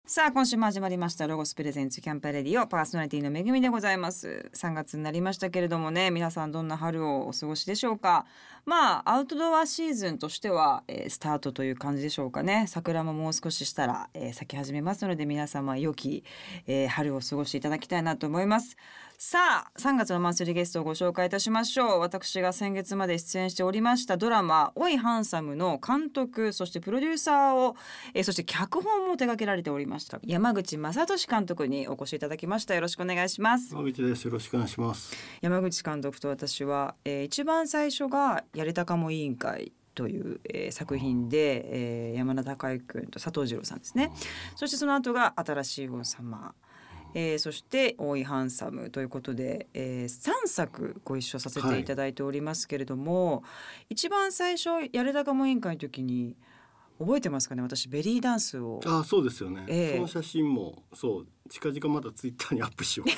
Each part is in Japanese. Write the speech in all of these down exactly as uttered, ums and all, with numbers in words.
さあ今週も始まりましたロゴスプレゼンツキャンプレディオ、パーソナリティのめぐみでございます。さんがつになりましたけれどもね、皆さんどんな春をお過ごしでしょうか。まあアウトドアシーズンとしては、えースタートという感じでしょうかね。桜ももう少ししたら、えー咲き始めますので、皆様良き、えー春をお過ごしいただきたいなと思います。さあさんがつのマンスリーゲストをご紹介いたしましょう。私が先月まで出演しておりましたドラマおいハンサムの監督、そしてプロデューサーを、えーそして脚本も手掛けられておりました山口正俊監督にお越しいただきました。よろしくお願いします。 山口です。よろしくお願いします。 山口監督と私は、えー一番最初がやれたかも委員会という、えー作品で、えー山田孝之君と佐藤二郎さんですね。そしてその後が新しい王様、えーそして大井ハンサムということで、えー、さんさくご一緒させていただいておりますけれども、はい、一番最初やれたかも委員会の時に覚えてますかね。私ベリーダンスをあ、そうですよね、 えー、 その写真もそう近々またツイッターにアップしよう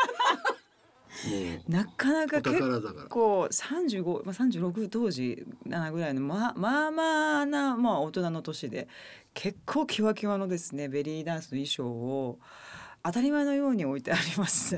もうなかなか結だから構さんじゅうご、まあ、さんじゅうろく当時ななぐらいのまあまあまあな、まあ、大人の年で結構キワキワのですねベリーダンスの衣装を当たり前のように置いてあります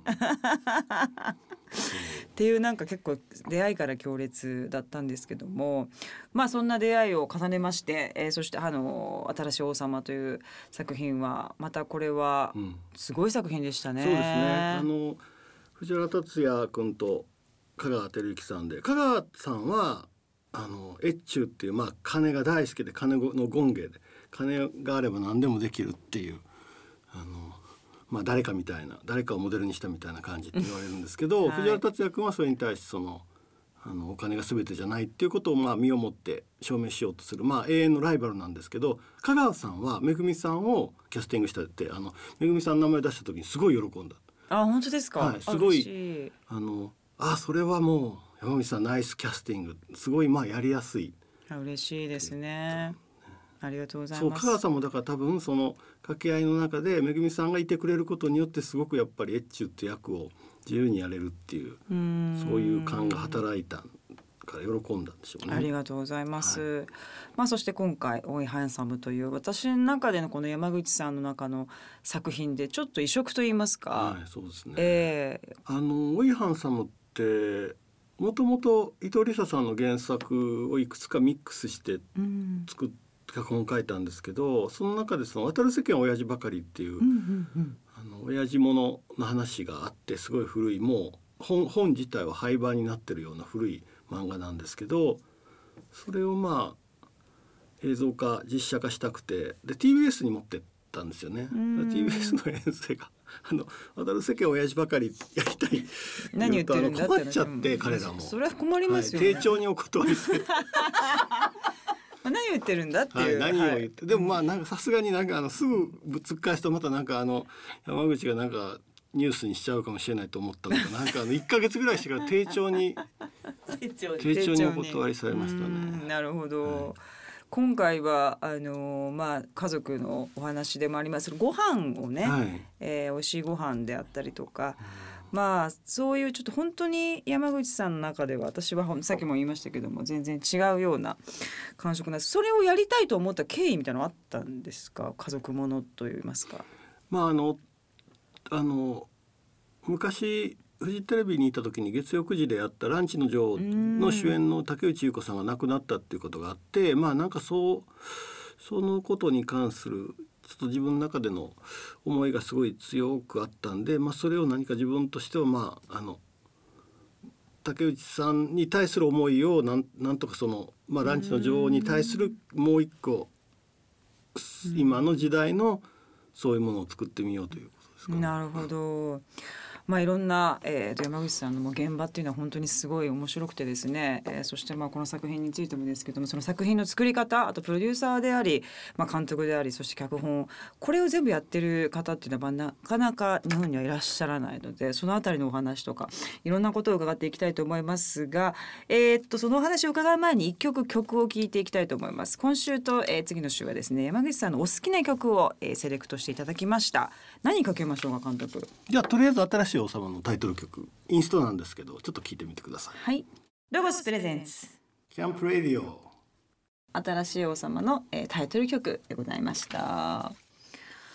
っていうなんか結構出会いから強烈だったんですけども、まあそんな出会いを重ねまして、えー、そしてあの新しい王様という作品はまたこれはすごい作品でしたね、 うん、そうですね。あの藤原竜也君と香川照之さんで、香川さんはあの越中っていう、まあ、鐘が大好きで鐘の権芸で鐘があれば何でもできるっていうあのまあ、誰かみたいな誰かをモデルにしたみたいな感じって言われるんですけど、はい、藤原竜也君はそれに対してそのあのお金が全てじゃないっていうことをまあ身をもって証明しようとする、まあ、永遠のライバルなんですけど、香川さんはめぐみさんをキャスティングしたってあのめぐみさんの名前出した時にすごい喜んだ。 あ、本当ですか。 はい、すごいあのあそれはもう山口さんナイスキャスティング、すごいまあやりやすい。 あ、嬉しいですね。ありがとうございます。 そう香川さんもだから多分その掛け合いの中でめぐみさんがいてくれることによってすごくやっぱり越中って役を自由にやれるっていう、うそういう感が働いたから喜んだんでしょうね。 ありがとうございます、 はい、 まあ、そして今回大井ハンサムという私の中でのこの山口さんの中の作品でちょっと異色と言いますか、 はい、そうですね、 えー、 あの大井ハンサムってもともと伊藤理沙さんの原作をいくつかミックスして作って、うん脚本を書いたんですけど、その中でその渡る世間は親父ばかりっていう、うんうんうん、あの親父ものの話があって、すごい古いもう 本, 本自体は廃盤になってるような古い漫画なんですけど、それをまあ映像化実写化したくてで ティービーエス に持ってったんですよね。 ティービーエス の編成があの渡る世間は親父ばかりやりたい何言ってるんだって困っちゃって彼らもそれは困りますよね、 はい、丁重にお断りして何言ってるんだっていう、 はい、何を言って、はい、でもまあなんかさすがになんかあのすぐぶつっ返すとまたなんかあの山口がなんかニュースにしちゃうかもしれないと思ったのがなんかあのいっかげつぐらいしてから丁重に丁重にお断りされましたね。 なるほど、はい、今回はあのー、まあ家族のお話でもありますご飯をね、はい、えー、美味しいご飯であったりとか、まあそういうちょっと本当に山口さんの中では私はさっきも言いましたけども全然違うような感触なんです。それをやりたいと思った経緯みたいなのあったんですか。家族ものといいますか。 まああのあの昔フジテレビにいた時に月曜くじでやったランチの女王の主演の竹内結子さんが亡くなったっていうことがあって、まあなんかそうそのことに関するちょっと自分の中での思いがすごい強くあったんで、まあ、それを何か自分としては、まあ、あの竹内さんに対する思いをなんなんとかその、まあ、ランチの女王に対するもう一個今の時代のそういうものを作ってみようということですかね。 なるほど。まあ、いろんな、えー、山口さんのもう現場っていうのは本当にすごい面白くてですね、えー、そしてまあこの作品についてもですけどもその作品の作り方あとプロデューサーであり、まあ、監督でありそして脚本これを全部やってる方っていうのはなかなか日本にはいらっしゃらないのでそのあたりのお話とかいろんなことを伺っていきたいと思いますが、えー、っとそのお話を伺う前に一曲曲を聴いていきたいと思います。今週と、えー、次の週はですね山口さんのお好きな曲を、えー、セレクトしていただきました。何かけましょうか監督。 じゃあとりあえず新しい王様のタイトル曲インストなんですけどちょっと聞いてみてください。 はい、ロゴスプレゼンツキャンプレディオ新しい王様の、えー、タイトル曲でございました。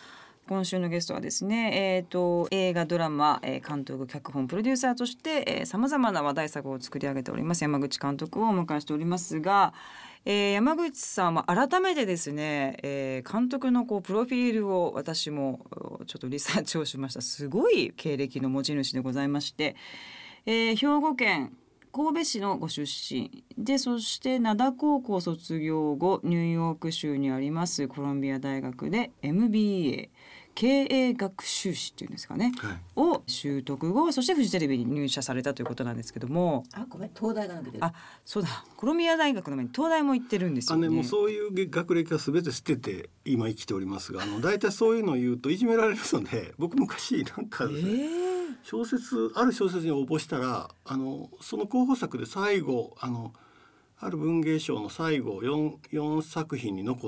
今週のゲストはですね、えー、と映画ドラマ、えー監督脚本プロデューサーとしてさまざまな話題作を作り上げております山口監督をお迎えしておりますが、えー、山口さんは改めてですね、えー監督のこうプロフィールを私もちょっとリサーチをしました。すごい経歴の持ち主でございまして、えー兵庫県神戸市のご出身で、そして灘高校卒業後ニューヨーク州にありますコロンビア大学で エムビーエー 経営学修士っていうんですかね、 はい、 を習得後、そしてフジテレビに入社されたということなんですけども、 あ、ごめん、東大が抜けてる。 あ、そうだ、コロンビア大学の前に東大も行ってるんですよね。 あね、もうそういう学歴は全て捨てて今生きておりますが、あの大体そういうのを言うといじめられるので、僕昔なんかですね、 えー小説ある小説に応募したら、あのその候補作で最後あのある文芸賞の最後 4, 4作品に残って、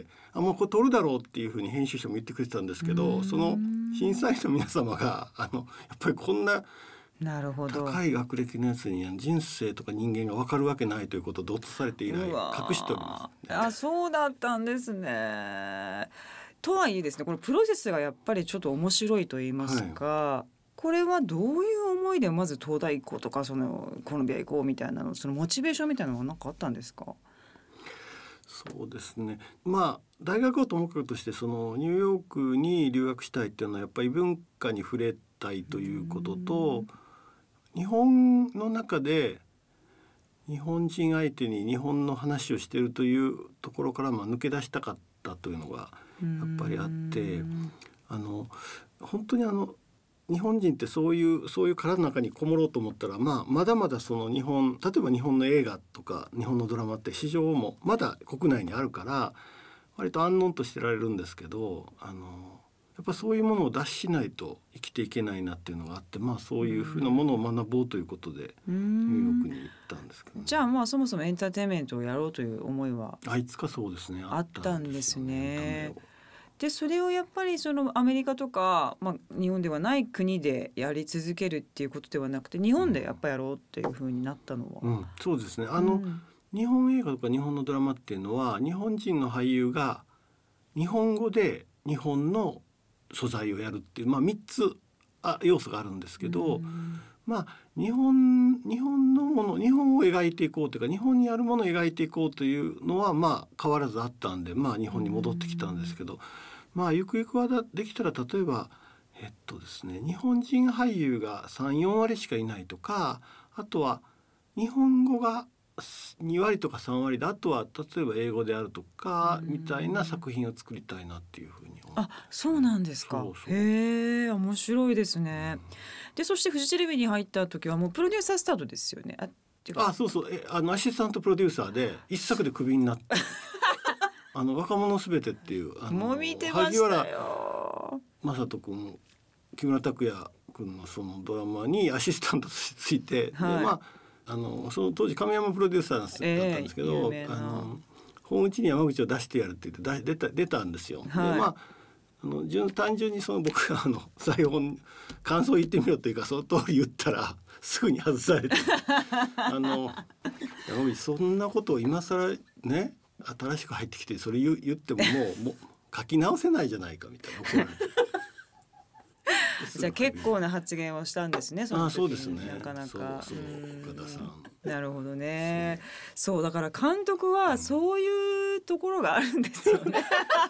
あもうこれ取るだろうっていうふうに編集者も言ってくれてたんですけど、その審査員の皆様があのやっぱりこんななるほど、 高い学歴のやつに人生とか人間が分かるわけないということをどうとされて以来うわ隠しております、ね、 あ、そうだったんですね。とはいえですね、このプロセスがやっぱりちょっと面白いと言いますか、はい、これはどういう思いでまず東大行こうとかそのコロンビア行こうみたいなの、そのモチベーションみたいなのは何かあったんですか？ そうですね、まあ大学をともかくとしてそのニューヨークに留学したいっていうのはやっぱり文化に触れたいということと、日本の中で日本人相手に日本の話をしているというところからまあ抜け出したかったというのがやっぱりあって、あの本当にあの日本人ってそういうそういう殻の中にこもろうと思ったら、まあ、まだまだその日本、例えば日本の映画とか日本のドラマって市場もまだ国内にあるから割と安穏としてられるんですけど、あのやっぱそういうものを脱しないと生きていけないなっていうのがあって、まあ、そういうふうなものを学ぼうということでニューヨークに行ったんですけど、ね、 じゃあまあそもそもエンターテインメントをやろうという思いはあいつかそうですねあったんですね。 あったんですよね。 でそれをやっぱりそのアメリカとか、まあ、日本ではない国でやり続けるっていうことではなくて日本でやっぱりやろうっていうふうになったのは、 うんうん、そうですね、あの、うん、日本映画とか日本のドラマっていうのは日本人の俳優が日本語で日本の素材をやるっていう、まあ、みっつあ要素があるんですけど、うん、まあ日本日本のもの日本を描いていこうというか日本にあるものを描いていこうというのはまあ変わらずあったんで、まあ、日本に戻ってきたんですけど、まあゆくゆくはできたら例えばえっとですね日本人俳優が さん,よん 割しかいないとか、あとは日本語がに割とかさん割で、あとは例えば英語であるとかみたいな作品を作りたいなっていうふうに思って、 あ、そうなんですか。 そうそう、 へえ、面白いですね、うん、でそしてフジテレビに入った時はもうプロデューサースタートですよね。あ、 あ、そうそう、えあのアシスタントプロデューサーで一作でクビになってあの若者すべてっていうあのもう見てましたよ。 正人君、木村拓哉君のそのドラマにアシスタントとしてついて、はい、でまああのその当時亀山プロデューサーだったんですけど、えー、あの本打ちに山口を出してやるって言って出た出たんですよ。はい、でまああの純単純にその僕があの最後感想を言ってみろというかその通り言ったらすぐに外されてあの山口そんなことを今更ね新しく入ってきてそれ 言, 言ってももうもう書き直せないじゃないかみたいな怒られてじゃあ結構な発言をしたんですね。その時に。 あ、そうですね。 なかなか。 そうそう岡田さん。 なるほどね。そうだから監督はそういうところがあるんですよね。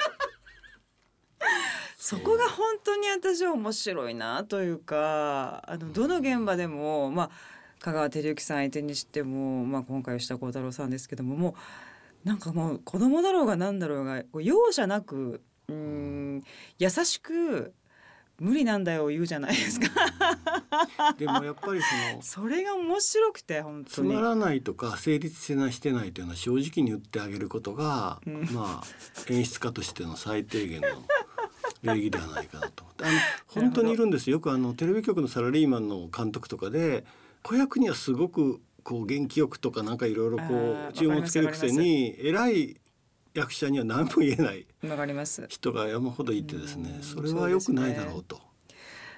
そこが本当に私は面白いなというか、あのどの現場でも、まあ、香川照之さん相手にしても、まあ、今回吉田鋼太郎さんですけども、もうなんかもう子供だろうが何だろうが容赦なくうーん優しく無理なんだよ言うじゃないですか。 でもやっぱりそのそれが面白くて本当につまらないとか成立してないしてないというのは正直に言ってあげることが、うん、まあ演出家としての最低限の礼儀ではないかなと思ってあの本当にいるんですよ。よくあのテレビ局のサラリーマンの監督とかで子役にはすごくこう元気よくとかなんかいろいろこう注文つけるくせに偉い役者には何も言えない人が山ほどいてですね、それは良くないだろうと。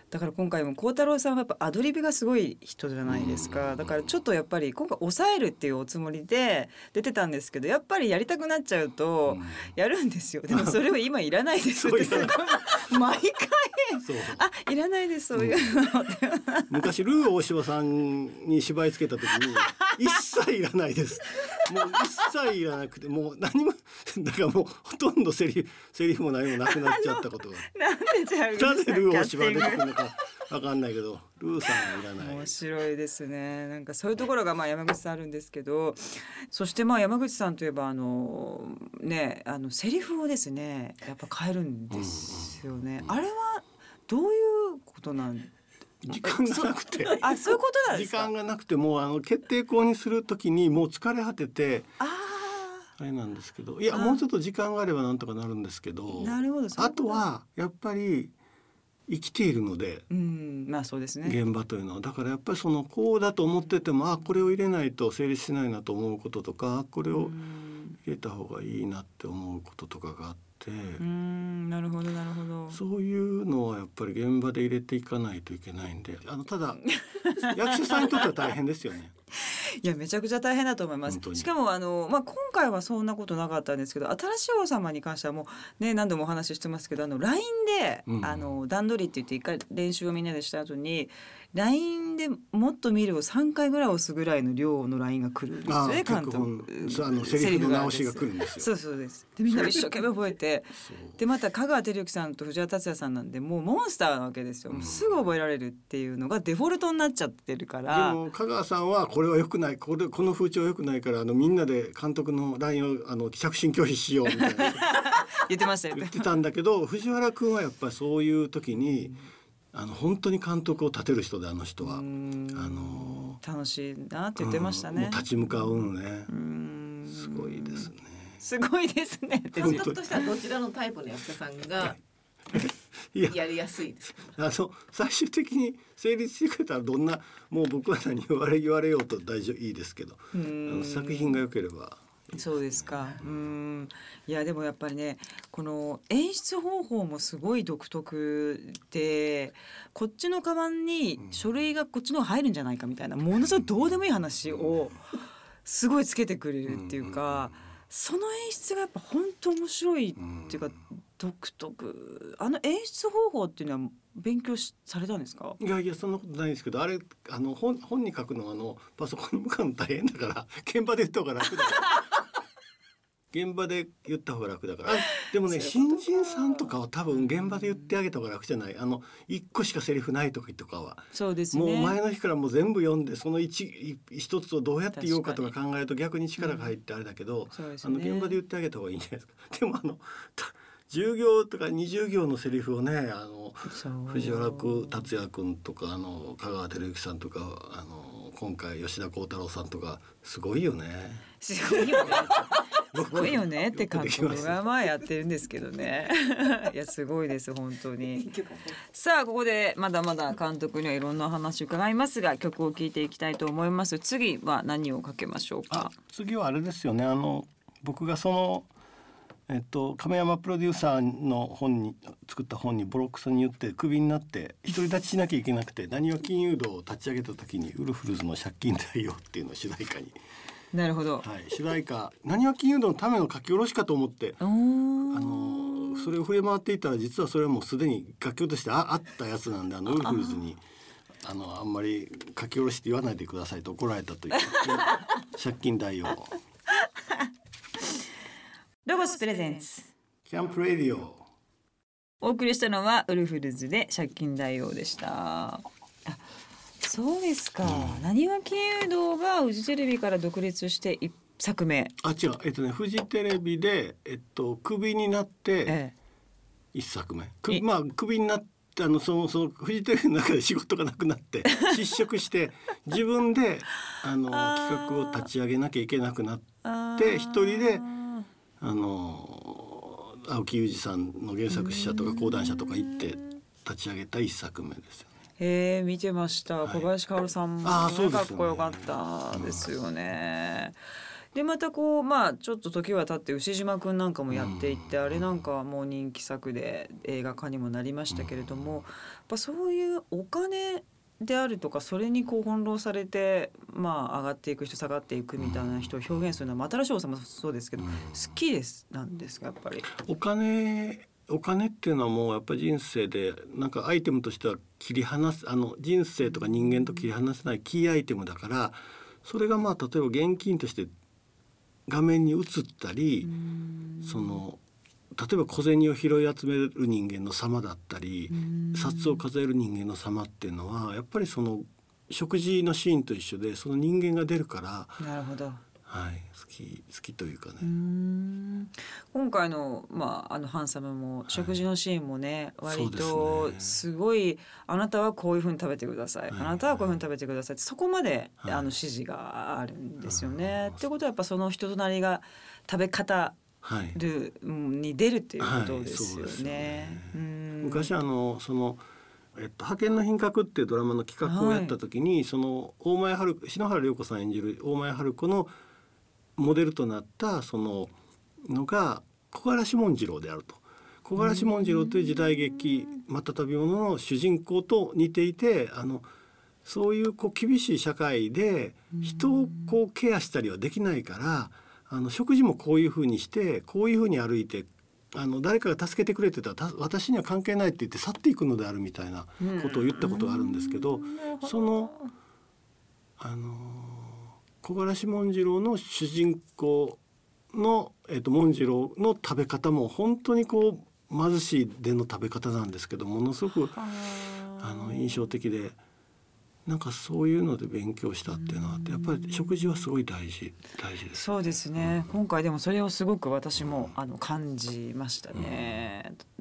だから今回も孝太郎さんはやっぱアドリブがすごい人じゃないですか。だからちょっとやっぱり今回抑えるっていうおつもりで出てたんですけど、やっぱりやりたくなっちゃうとやるんですよ。でもそれは今いらないですってすごい毎回あいらないですそういうの、うん、 昔ルー大柴さんに芝居つけた時に一切いらないですもう一切いらなくてもう何もだからもうほとんどセリフセリフも何もなくなっちゃったことがなんでじゃあなぜルー大柴出てくるのかわかんないけどルーさんはいらない。 面白いですね。なんかそういうところがまあ山口さんあるんですけど、そしてまあ山口さんといえばあのねあのセリフをですねやっぱ変えるんですよね、うんうんうん、あれはどういうことなん時間がなくてあそういうことなんですか。 時間がなくてもうあの決定校にするときにもう疲れ果ててああれなんですけど、いやもうちょっと時間があればなんとかなるんですけど、 なるほど。 あとはやっぱり生きているので、 うん、まあそうですね。 現場というのはだからやっぱりそのこうだと思っててもあこれを入れないと成立しないなと思うこととかこれを入れた方がいいなって思うこととかがあって、 うーんなるほどなるほど。 そういうのはやっぱり現場で入れていかないといけないんで、あのただ役者さんにとっては大変ですよね。 いやめちゃくちゃ大変だと思います。しかもあの、まあ、今回はそんなことなかったんですけど、新しい王様に関してはもう、ね、何度もお話ししてますけどあの ライン で、うん、あの段取りって言って一回練習をみんなでした後に ライン でもっと見るをさんかいぐらい押すぐらいの量の ライン が来るんですよね。監督あのセリフの直しが来るんですよ。 そうそうです。でみんな一生懸命覚えてでまた香川照之さんと藤原竜也さんなんでもうモンスターなわけですよ、うん、すぐ覚えられるっていうのがデフォルトになっちゃってるから。 でも香川さんはこれは良くないこれこの風潮良くないからあのみんなで監督の ライン をあの着信拒否しようみたいな言ってましたよ言ってたんだけど藤原君はやっぱりそういう時に、うんあの本当に監督を立てる人であの人はあの楽しいなって言ってましたね、 うん、もう立ち向かうのねうんすごいですねすごいですね。 監督としてはどちらのタイプの役者さんがやりやすいですか。 あの最終的に成立してくれたらどんなもう僕は何言われ言われようと大丈夫いいですけどあの作品が良ければ。 そうですか。うん。いやでもやっぱりねこの演出方法もすごい独特でこっちのカバンに書類がこっちの方入るんじゃないかみたいなものすごいどうでもいい話をすごいつけてくれるっていうかその演出がやっぱ本当面白いっていうか独特。あの演出方法っていうのは勉強しされたんですか。 いやいやそんなことないですけどあれあの 本, 本に書くのはあのパソコンに向かうの大変だから現場で言った方が楽だから現場で言った方が楽だからでもね新人さんとかは多分現場で言ってあげた方が楽じゃない。あのいっこしかセリフない時とかはそうですねもう前の日からもう全部読んでその 一, 一つをどうやって言おうかとか考えると逆に力が入ってあれだけど、うんね、あの現場で言ってあげた方がいいんじゃないですか。でもあのじゅう行とかにじゅう行のセリフをねあの藤原竜也君とかあの香川照之さんとかあの今回吉田鋼太郎さんとかすごいよね。 すごいよねすごいよねって監督がまあやってるんですけどねいやすごいです本当に。さあここでまだまだ監督にはいろんな話を伺いますが曲を聴いていきたいと思います。次は何をかけましょうか。 次はあれですよねあの僕がそのえっと、亀山プロデューサーの本に作った本にボロクソに言ってクビになって独り立ちしなきゃいけなくてなにわ金融道を立ち上げた時にウルフルズの借金対応っていうのを主題歌になるほど、 はい、主題歌なにわ金融道のための書き下ろしかと思ってあのそれを触れ回っていたら実はそれはもうすでに楽曲として あ, あったやつなんであのウルフルズにあのあんまり書き下ろしって言わないでくださいと怒られたという借金対応ロゴスプレゼンツキャンプレディオお送りしたのはウルフルズで借金大王でした。あそうですか、なにわ金融道がフジテレビから独立して一作目。 あ違うえっとねフジテレビでえっとクビになって一作目、ええ、まあクビになってあのそのそのフジテレビの中で仕事がなくなって失職して自分であの企画を立ち上げなきゃいけなくなって一人であの青木裕二さんの原作者とか講談社とか行って立ち上げた一作目ですよね。 へえ見てました、はい、小林薫さんも、ね、 あそうですね、 かっこよかったですよね、 でまたこうまあちょっと時は経って牛島くんなんかもやっていって、 うんあれなんかはもう人気作で映画化にもなりましたけれども、やっぱそういうお金であるとかそれにこう翻弄されてまあ上がっていく人下がっていくみたいな人を表現するのは新しい王様もそうですけど、好きですなんですかやっぱり。 お金お金っていうのはもうやっぱり人生でなんかアイテムとしては切り離すあの人生とか人間と切り離せないキーアイテムだから、それがまあ例えば現金として画面に映ったり、その例えば小銭を拾い集める人間の様だったり札を数える人間の様っていうのはやっぱりその食事のシーンと一緒でその人間が出るから、 なるほど、 はい、好き好きというかね。 うーん今回の、まあ、あのハンサムも食事のシーンもね、はい、割とすごいあなたはこういうふうに食べてください、はい、あなたはこういうふうに食べてくださいってそこまで、はい、あの指示があるんですよね、はい、ってことはやっぱその人となりが食べ方る、はい、に出るっていうことですよね。はい、そうですよね。うん昔あのそのえっと、派遣の品格っていうドラマの企画をやった時に、はい、その大前春篠原涼子さん演じる大前春子のモデルとなったそののが木枯らし紋次郎であると。木枯らし紋次郎という時代劇またたびものの主人公と似ていて、あのそういうこう厳しい社会で人をこうケアしたりはできないから、あの食事もこういうふうにしてこういうふうに歩いてあの誰かが助けてくれてたら私には関係ないって言って去っていくのであるみたいなことを言ったことがあるんですけど、そのあの木枯らし紋次郎の主人公の、えっと、紋次郎の食べ方も本当にこう貧しいでの食べ方なんですけどものすごくあの印象的で、なんかそういうので勉強したっていうのはあって、やっぱり食事はすごい大事大事です、ね、 そうですね、うん、今回でもそれをすごく私も、うん、あの感じましたね、うん、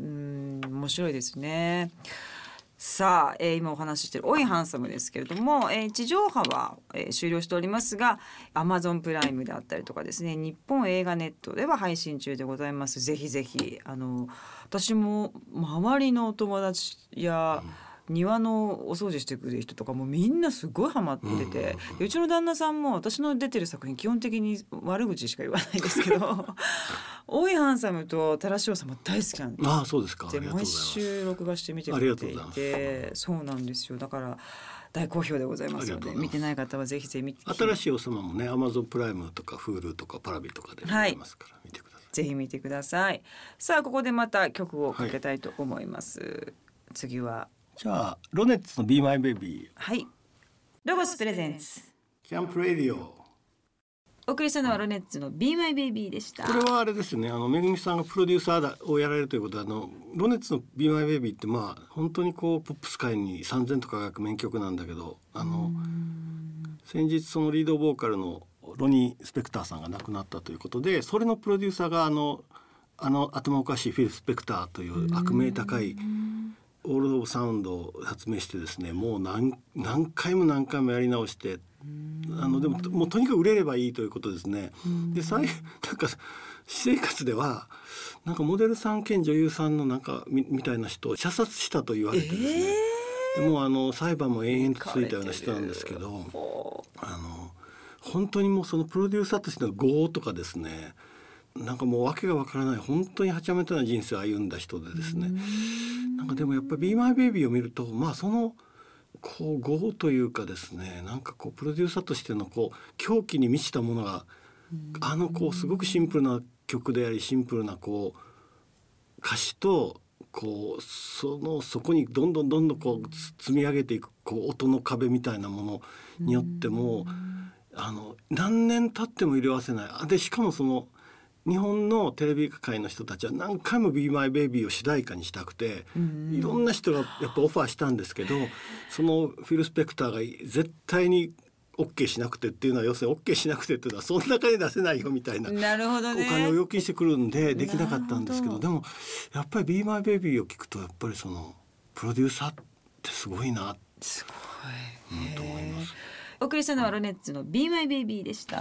うん面白いですね。さあ、えー、今お話ししているおいハンサムですけれども、えー、地上波は、えー、終了しておりますが Amazon プライムであったりとかですね、日本映画ネットでは配信中でございます。ぜひぜひあの私も周りのお友達や、うん庭のお掃除してくれる人とかもみんなすごいハマってて、うん、うちの旦那さんも私の出てる作品基本的に悪口しか言わないですけど大井ハンサムとタラシオさんも大好きなんです。 ああそうですか。 で毎週録画して見てくれていて、そうなんですよ。だから大好評でございますので見てない方はぜひぜひ見て。 新しいお様もね Amazon プライムとか Hulu とかパラビとかで見れますから、はい、見てください。 ぜひ見てください。さあここでまた曲をかけたいと思います、はい、次はじゃあロネッツの Be My Baby、 はいロゴスプレゼンツキャンプレディオお送りしたのはロネッツの Be My Baby でした。 これはあれですね、あのめぐみさんがプロデューサーをやられるということで、あのロネッツの Be My Baby ってまあ本当にこうポップス界に三千と輝く名曲なんだけど、あの先日そのリードボーカルのロニー・スペクターさんが亡くなったということで、それのプロデューサーがあのあの頭おかしいフィル・スペクターという悪名高いオールド・オブ・サウンドを発明してですね、もう 何, 何回も何回もやり直して、あのでももうとにかく売れればいいということですね。で最なんか私生活ではなんかモデルさん兼女優さんのなんか み, みたいな人を射殺したと言われてですね、えー、でもうあの裁判も延々と続いたような人なんですけど、あの本当にもうそのプロデューサーとしての業とかですね、なんかもう訳がわからない本当にはちゃめちゃな人生を歩んだ人でですね、なんかでもやっぱり Be My Baby を見ると、まあそのこう業というかですね、なんかこうプロデューサーとしてのこう狂気に満ちたものが、あのこうすごくシンプルな曲でありシンプルなこう歌詞とこうそのそこにどんどんどんどんこう積み上げていくこう音の壁みたいなものによってもあの何年経っても色褪せない。でしかもその日本のテレビ界の人たちは何回も Be My Baby を主題歌にしたくて、いろんな人がやっぱオファーしたんですけど、そのフィル・スペクターが絶対に OK しなくてっていうのは、要するに OK しなくてっていうのはそんな金出せないよみたいな、 なるほどね、 お金を要求してくるんでできなかったんですけど、でもやっぱり Be My Baby を聞くとやっぱりそのプロデューサーってすごいな、 すごい、うん、と思います。 お送りしたのはロネッツの Be My Baby でした。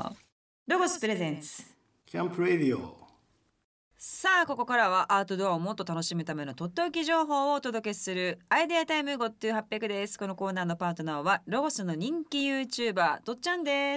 ロゴスプレゼンツキャンプレディオ。 さあここからはアウトドアをもっと楽しむためのとっておき情報をお届けするアイデアタイム ゴットゥーはっぴゃく です。このコーナーのパートナーはロゴスの人気 YouTuber とっちゃんです。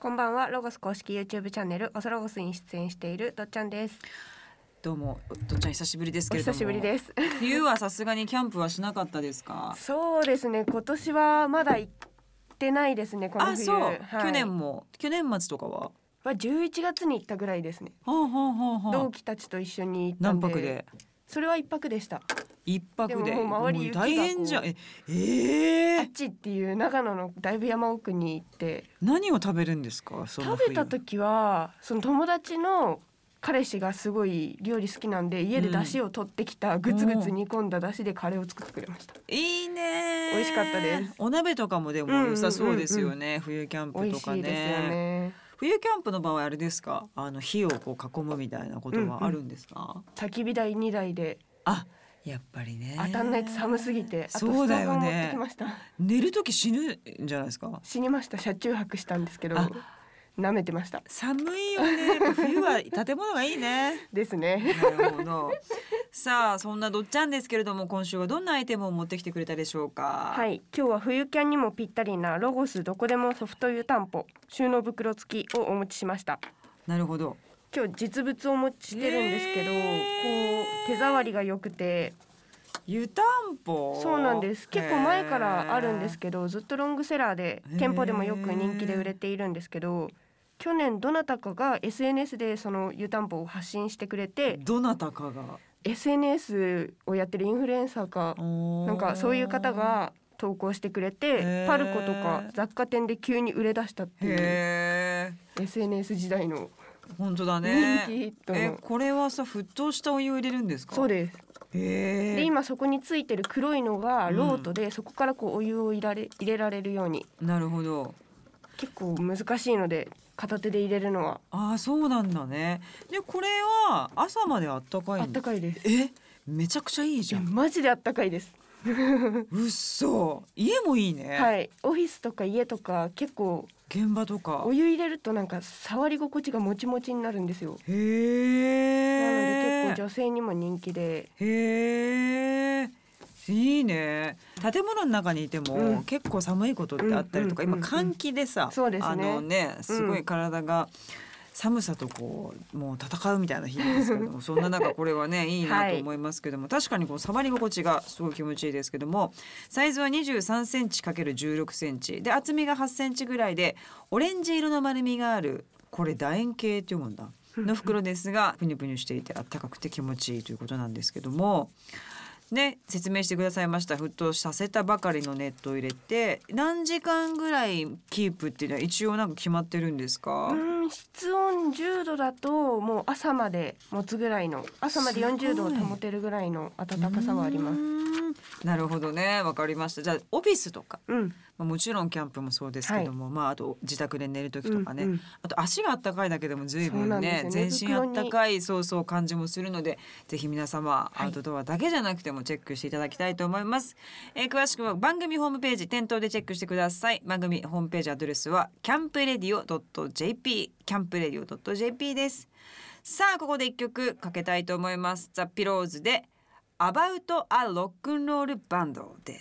こんばんは。ロゴス公式 YouTube チャンネルオソロゴスに出演しているどっちゃんです。 どうもどっちゃん久しぶりですけれども。 お久しぶりです。 冬はさすがにキャンプはしなかったですか？ そうですね、今年はまだ行ってないですね。この冬。 あ、そう、 はい、 去年も去年末とかははじゅういちがつに行ったぐらいですね。 はあはあはあはあ、 同期たちと一緒に行ったんで。 何泊で？ それはいっぱくでした。 一泊で。 でももう周り雪がこう大変じゃん。ええー、 あっちっていう長野のだいぶ山奥に行って。 何を食べるんですか？その冬食べた時はその友達の彼氏がすごい料理好きなんで、家で出汁を取ってきたグツグツ煮込んだ出汁でカレーを作ってくれました。 いいね。 美味しかったです。 お鍋とかもでも良さそうですよね、うんうんうんうん、冬キャンプとかね。 美味しいですよね。 冬キャンプの場合あれですか、あの火をこう囲むみたいなことはあるんですか？ うんうん、焚き火台にだいで。 あ、やっぱりね。 当たんないと寒すぎて。 そうだよね。 あとストーブを持ってきました。 寝る時死ぬんじゃないですか？ 死にました。車中泊したんですけど舐めてました。 寒いよね。冬は建物がいいね。 ですね。 なるほど。さあそんなどっちゃんですけれども、今週はどんなアイテムを持ってきてくれたでしょうか？ はい、今日は冬キャンにもぴったりなロゴスどこでもソフト湯たんぽ収納袋付きをお持ちしました。 なるほど。 今日実物をお持ちしてるんですけど、こう手触りが良くて。 湯たんぽ。 そうなんです。結構前からあるんですけど、ずっとロングセラーで店舗でもよく人気で売れているんですけど、去年どなたかが エスエヌエス でその湯たんぽを発信してくれて。 どなたかがエスエヌエス をやってるインフルエンサーかなんかそういう方が投稿してくれて、パルコとか雑貨店で急に売れ出したっていう エスエヌエス 時代の本当だね。 人気ヒットの。 え、これはさ沸騰したお湯を入れるんですか？ そうです。 へー。 で今そこについてる黒いのがロートで、うん、そこからこうお湯を入れられ、入れられるように。 なるほど。 結構難しいので片手で入れるのは。 ああ、そうなんだね。でこれは朝まであったかい。 あったかいです。 え、めちゃくちゃいいじゃん。 マジであったかいです。 うっそ。家もいいね。 はい、オフィスとか家とか結構現場とかお湯入れるとなんか触り心地がもちもちになるんですよ。 へー。 なので結構女性にも人気で。 へー、いいね。建物の中にいても、うん、結構寒いことってあったりとか、うんうんうんうん、今換気でさ、 そうですね、 あのね、すごい体が寒さとこうもう戦うみたいな日々ですけどもそんな中これはねいいなと思いますけども、はい、確かにこう触り心地がすごい気持ちいいですけども、サイズはにじゅうさんセンチ かけるじゅうろくセンチで、厚みがはちセンチぐらいで、オレンジ色の丸みがある、これ楕円形って読むんだの袋ですが、プニュプニュしていて暖かくて気持ちいいということなんですけどもね、説明してくださいました。沸騰させたばかりの熱湯を入れて何時間ぐらいキープっていうのは一応なんか決まってるんですか？ うん、室温じゅうどだともう朝まで持つぐらいの、朝までよんじゅうどを保てるぐらいの暖かさはあります。 なるほどね、わかりました。じゃあオフィスとか、うん、まあ、もちろんキャンプもそうですけども、はい、まあ、あと自宅で寝る時とかね、うんうん、あと足があったかいだけでも随分 ね, ね全身あったかいそうそう感じもするので、ぜひ皆様、はい、アウトドアだけじゃなくてもチェックしていただきたいと思います。えー、詳しくは番組ホームページ店頭でチェックしてください。番組ホームページアドレスはキャンプレディオ ドット ジェーピー キャンプレディオ ドット ジェーピー です。さあここで一曲かけたいと思います。ザ・ピローズでアバウト・ア・ロックンロール・バンドです。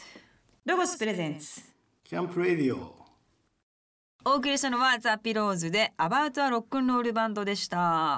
ロゴスプレゼンツキャンプレディオ、 お送りしたのはザ・ピローズでアバウト・ア・ロックンロール・バンドでした。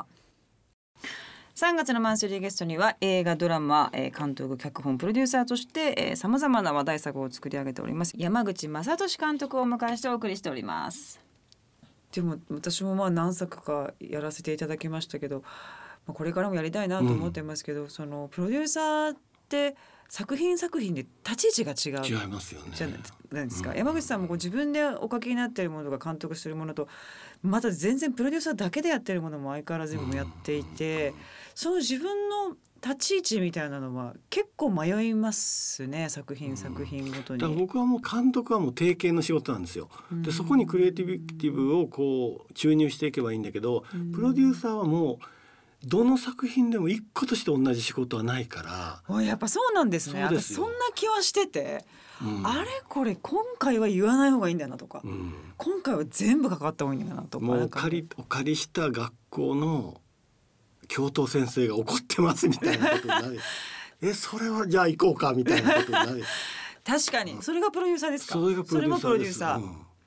さんがつのマンスリーゲストには映画ドラマ、えー、監督脚本プロデューサーとしてさまざまな話題作を作り上げております山口正俊監督をお迎えしてお送りしております。でも私もまあ何作かやらせていただきましたけど、まあ、これからもやりたいなと思ってますけど、うん、そのプロデューサーって作品作品で立ち位置が違う違いますよねじゃないですか、うん、山口さんもこう自分でお書きになっているものとか監督するものとまた全然プロデューサーだけでやってるものも相変わらずもやっていて、うん、その自分の立ち位置みたいなのは結構迷いますね、作品、うん、作品ごとに。 だから僕はもう監督はもう定型の仕事なんですよ。でそこにクリエイティブをこう注入していけばいいんだけど、プロデューサーはもうどの作品でも一個として同じ仕事はないから。 やっぱそうなんですね。私そんな気はしてて、うん、あれこれ今回は言わない方がいいんだなとか、うん、今回は全部関わった方がいいんだなとか、 もうお借り、お借りした学校の教頭先生が怒ってますみたいなことになるえそれはじゃあ行こうかみたいなことになる確かにそれがプロデューサーですか。 それがプロデューサーです。 それもプロデューサー、うん、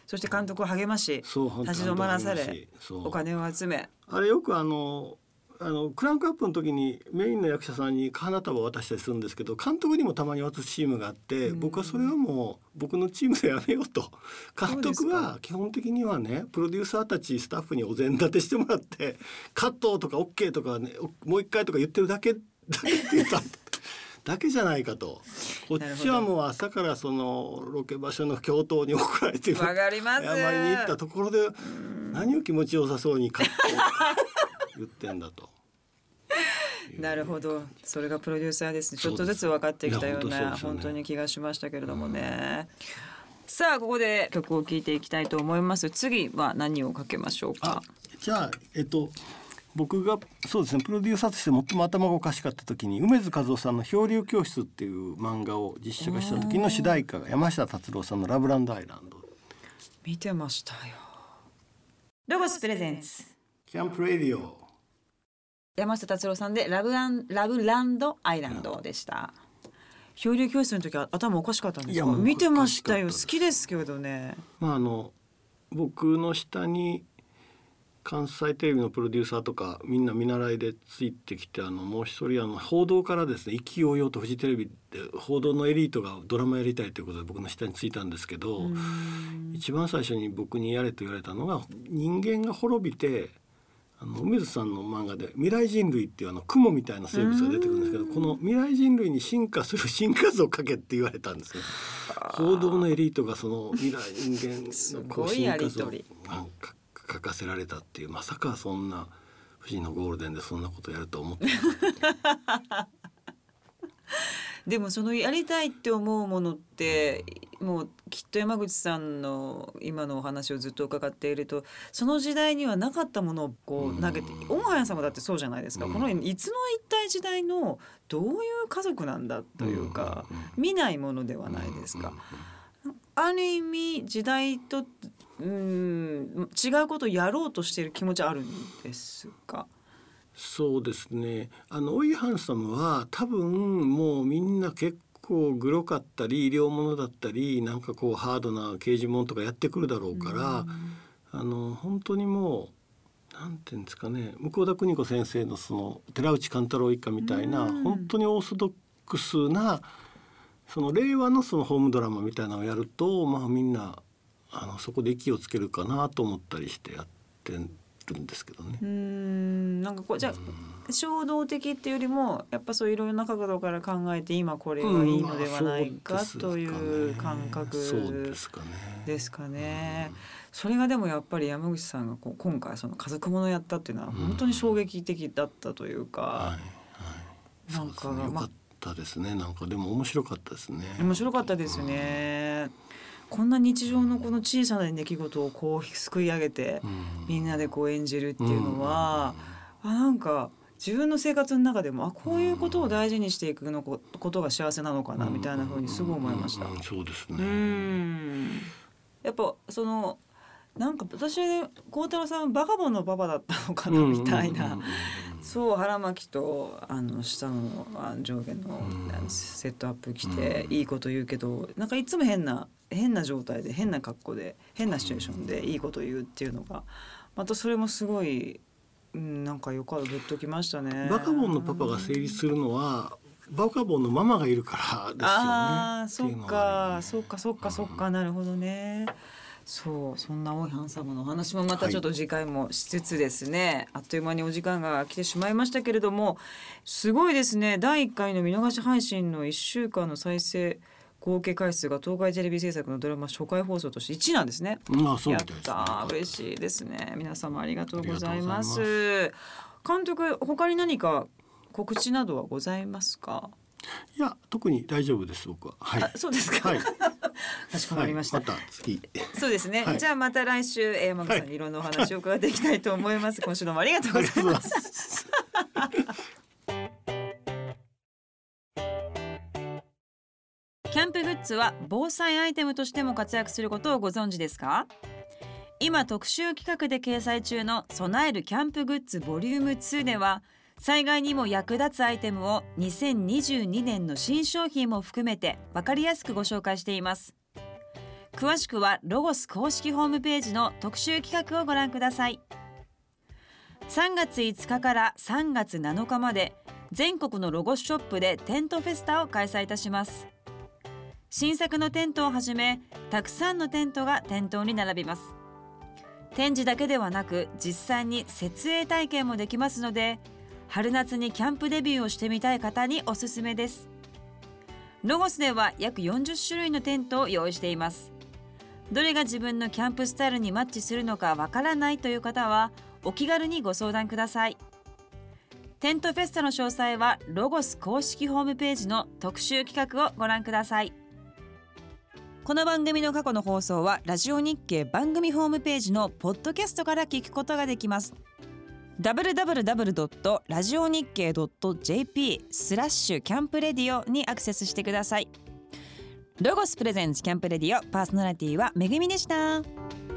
そして監督を励まし立ち止まらされお金を集め、 あれよくあのあのクランクアップの時にメインの役者さんに花束を渡したりするんですけど、監督にもたまに渡すチームがあって、うん、僕はそれはもう僕のチームでやめようと。監督は基本的にはねプロデューサーたちスタッフにお膳立てしてもらってカットとか OK とか、ね、もう一回とか言ってるだけだけって言っただけじゃないかと。こっちはもう朝からそのロケ場所の教頭に怒られてわかります謝りに行ったところで何を気持ちよさそうにカット言ってんだと。 なるほど、それがプロデューサーですね。ちょっとずつ分かってきたような 本, 本当に気がしましたけれどもね、うん、さあここで曲を聴いていきたいと思います。次は何をかけましょうか。 じゃあえっと僕がそうですねプロデューサーとして最も頭がおかしかった時に梅津和夫さんの漂流教室っていう漫画を実写化した時の主題歌が山下達郎さんのラブランドアイランド。 見てましたよ。ロゴスプレゼンツキャンプレディオ山下達郎さんでラブランラブランドアイランドでした。漂流教室の時は頭おかしかったんですか。見てましたよ。好きですけどね。 まああの僕の下に関西テレビのプロデューサーとかみんな見習いでついてきて、あのもう一人あの報道からですね意気揚々とフジテレビで報道のエリートがドラマやりたいということで僕の下についたんですけど、一番最初に僕にやれと言われたのが人間が滅びてあの梅津さんの漫画で未来人類っていうあの雲みたいな生物が出てくるんですけど、この未来人類に進化する進化図を書けって言われたんですよ。報道のエリートがその未来人間のこう進化図を書かせられたっていう、まさかそんな富士のゴールデンでそんなことやると思ってなでもそのやりたいって思うものってもうきっと山口さんの今のお話をずっと伺っているとその時代にはなかったものをこう投げて、大早さんもだってそうじゃないですか。このいつの一体時代のどういう家族なんだというか見ないものではないですか。ある意味時代とうん違うことをやろうとしている気持ちあるんですか。 そうですね、あのオイハンサムは多分もうみんな結構グロかったり医療ものだったりなんかこうハードな刑事ものとかやってくるだろうから、あの本当にもうなんていうんですかね、向田邦子先生のその寺内貫太郎一家みたいな本当にオーソドックスなその令和のそのホームドラマみたいなのをやると、まあみんなあのそこで息をつけるかなと思ったりしてやってるんですけどね。 うーんなんかこうじゃあ衝動的っていうよりもやっぱそういろいろな角度から考えて今これがいいのではないかという感覚ですかね。それがでもやっぱり山口さんがこう今回その家族ものやったっていうのは本当に衝撃的だったというか、はいはい、 なんかよかったですね。なんかでも面白かったですね。 面白かったですね。こんな日常のこの小さな出来事をこうすくい上げてみんなでこう演じるっていうのは、あなんか自分の生活の中でもあこういうことを大事にしていくのことが幸せなのかなみたいな風にすごい思いました。 うんうんうん、そうですね。 うんやっぱそのなんか私孝太郎さんはバカボンのパパだったのかなみたいな、そう腹巻きとあの下の上下のセットアップ着ていいこと言うけどなんかいつも変な変な状態で変な格好で変なシチュエーションでいいこと言うっていうのがまたそれもすごい、うん、なんかよくグッときましたね。 バカボンのパパが成立するのはバカボンのママがいるからですよね。 ああそっかそっかそっかそっかなるほどね。そうそんな多いハンサムの話もまたちょっと次回もしつつですね、はい、あっという間にお時間が来てしまいましたけれどもすごいですね。だいいっかいの見逃し配信のいっしゅうかんの再生合計回数が東海テレビ制作のドラマ初回放送としていちいなんですね。 まあそうやった嬉しいですね。皆様ありがとうございます。監督他に何か告知などはございますか。 いや特に大丈夫です僕は、はい、 あそうですか、はい、かしこまりました、 はい、また次そうですね、はい、じゃあまた来週山口さんにいろんなお話を伺っていきたいと思います、はい、今週どうもありがとうございますキャンプグッズは防災アイテムとしても活躍することをご存知ですか。今特集企画で掲載中の備えるキャンプグッズボリュームツーでは災害にも役立つアイテムをにせんにじゅうにねんの新商品も含めて分かりやすくご紹介しています。 詳しくはロゴス公式ホームページの特集企画をご覧ください。さんがついつかからさんがつなのかまで全国のロゴスショップでテントフェスタを開催いたします。新作のテントをはじめたくさんのテントが店頭に並びます。展示だけではなく実際に設営体験もできますので、春夏にキャンプデビューをしてみたい方におすすめです。ロゴスでは約よんじゅっしゅるいのテントを用意しています。どれが自分のキャンプスタイルにマッチするのかわからないという方はお気軽にご相談ください。テントフェスタの詳細はロゴス公式ホームページの特集企画をご覧ください。この番組の過去の放送はラジオ日経番組ホームページのポッドキャストから聞くことができます。ダブリューダブリューダブリュードットラジオ日経ドットジェーピースラッシュキャンプレディオにアクセスしてください。ロゴスプレゼンツキャンプレディオ、パーソナリティはめぐみでした。